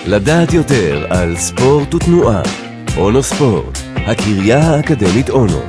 לדעת יותר על ספורט ותנועה. אונו ספורט, הקריה האקדמית אונו.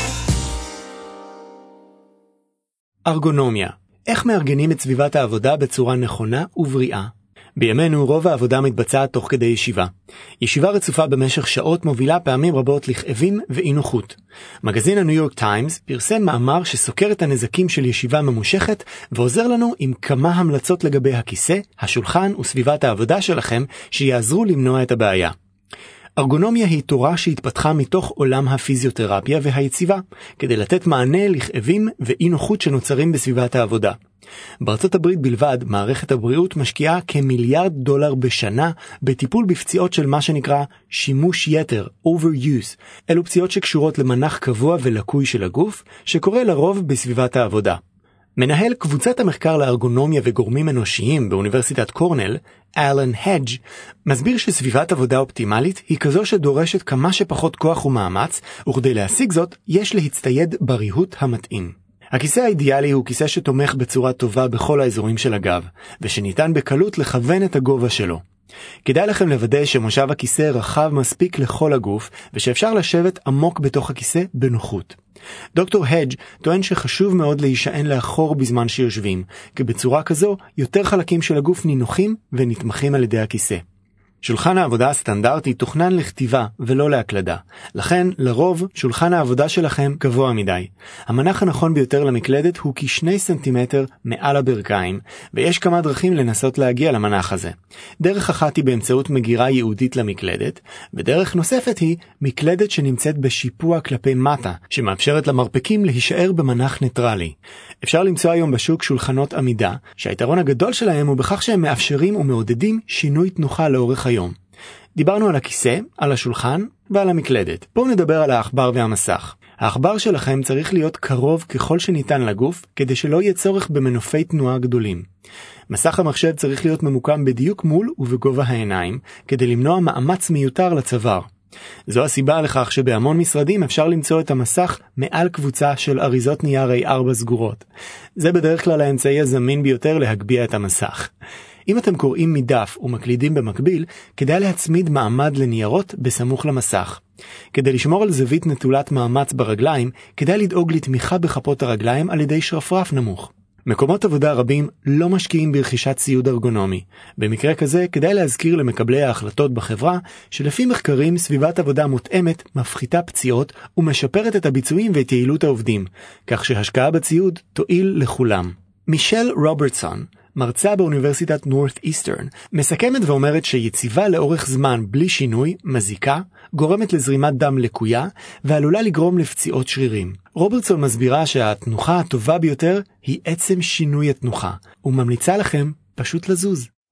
ארגונומיה. איך מארגנים את סביבת העבודה בצורה נכונה ובריאה? בימינו רוב העבודה מתבצעת תוך כדי ישיבה. ישיבה רצופה במשך שעות מובילה פעמים רבות לכאבים ואי נוחות. מגזין הניו יורק טיימס פרסם מאמר שסוקר את הנזקים של ישיבה ממושכת ועוזר לנו עם כמה המלצות לגבי הכיסא, השולחן וסביבת העבודה שלכם שיעזרו למנוע את הבעיה. ארגונומיה היא תורה שהתפתחה מתוך עולם הפיזיותרפיה והיציבה, כדי לתת מענה לכאבים ואי נוחות שנוצרים בסביבת העבודה. בארצות הברית בלבד, מערכת הבריאות משקיעה $1 מיליארד בשנה בטיפול בפציעות של מה שנקרא שימוש יתר, overuse. אלו פציעות שקשורות למנח קבוע ולקוי של הגוף, שקורה לרוב בסביבת העבודה. מנהל קבוצת המחקר לארגונומיה וגורמים אנושיים באוניברסיטת קורנל, אלן הדג', מסביר שסביבת עבודה אופטימלית היא כזו שדורשת כמה שפחות כוח ומאמץ, וכדי להשיג זאת יש להצטייד בריהוט המתאים. הכיסא האידיאלי הוא כיסא שתומך בצורה טובה בכל האזורים של הגב, ושניתן בקלות לכוון את הגובה שלו. כדאי לכם לוודא שמושב הכיסא רחב מספיק לכל הגוף, ושאפשר לשבת עמוק בתוך הכיסא בנוחות. דוקטור הדג' טוען שחשוב מאוד להישען לאחור בזמן שיושבים, כי בצורה כזו יותר חלקים של הגוף נינוחים ונתמכים על ידי הכיסא. שולחן העבודה הסטנדרטי תוכנן לכתיבה ולא להקלדה. לכן, לרוב, שולחן העבודה שלכם גבוה מדי. המנח הנכון ביותר למקלדת הוא כ2 סנטימטר מעל הברכיים, ויש כמה דרכים לנסות להגיע למנח הזה. דרך אחת היא באמצעות מגירה ייעודית למקלדת, ודרך נוספת היא מקלדת שנמצאת בשיפוע כלפי מטה, שמאפשרת למרפקים להישאר במנח ניטרלי. אפשר למצוא היום בשוק שולחנות עמידה, שהיתרון הגדול שלהם הוא בכך שהם מאפשרים ומעודדים שינוי תנוחה לאורך היום. דיברנו על הכיסא, על השולחן ועל המקלדת. בואו נדבר על העכבר והמסך. העכבר שלכם צריך להיות קרוב ככל שניתן לגוף, כדי שלא יהיה צורך במנופי תנועה גדולים. מסך המחשב צריך להיות ממוקם בדיוק מול ובגובה העיניים, כדי למנוע מאמץ מיותר לצוואר. זו הסיבה לכך שבהמון משרדים אפשר למצוא את המסך מעל קבוצה של אריזות נייר A4 סגורות. זה בדרך כלל האמצעי הזמין ביותר להגביה את המסך. אם אתם קוראים מדף ומקלידים במקביל, כדאי להצמיד מעמד לניירות בסמוך למסך. כדי לשמור על זווית נטולת מאמץ ברגליים, כדאי לדאוג לתמיכה בכפות הרגליים על ידי שרפרף נמוך. מקומות עבודה רבים לא משקיעים ברכישת ציוד ארגונומי. במקרה כזה, כדאי להזכיר למקבלי ההחלטות בחברה, שלפי מחקרים סביבת עבודה מותאמת מפחיתה פציעות ומשפרת את הביצועים ואת יעילות העובדים, כך שהשקעה בציוד תועיל לכולם. מישל רוברטסון, מרצה באוניברסיטת נורת'יסטרן, מסכמת ואומרת שיציבה לאורך זמן בלי שינוי מזיקה, גורמת לזרימת דם לקויה ועלולה לגרום לפציעות שרירים. רוברטסון מסבירה שהתנוחה הטובה ביותר היא עצם שינוי התנוחה, וממליצה לכם פשוט לזוז.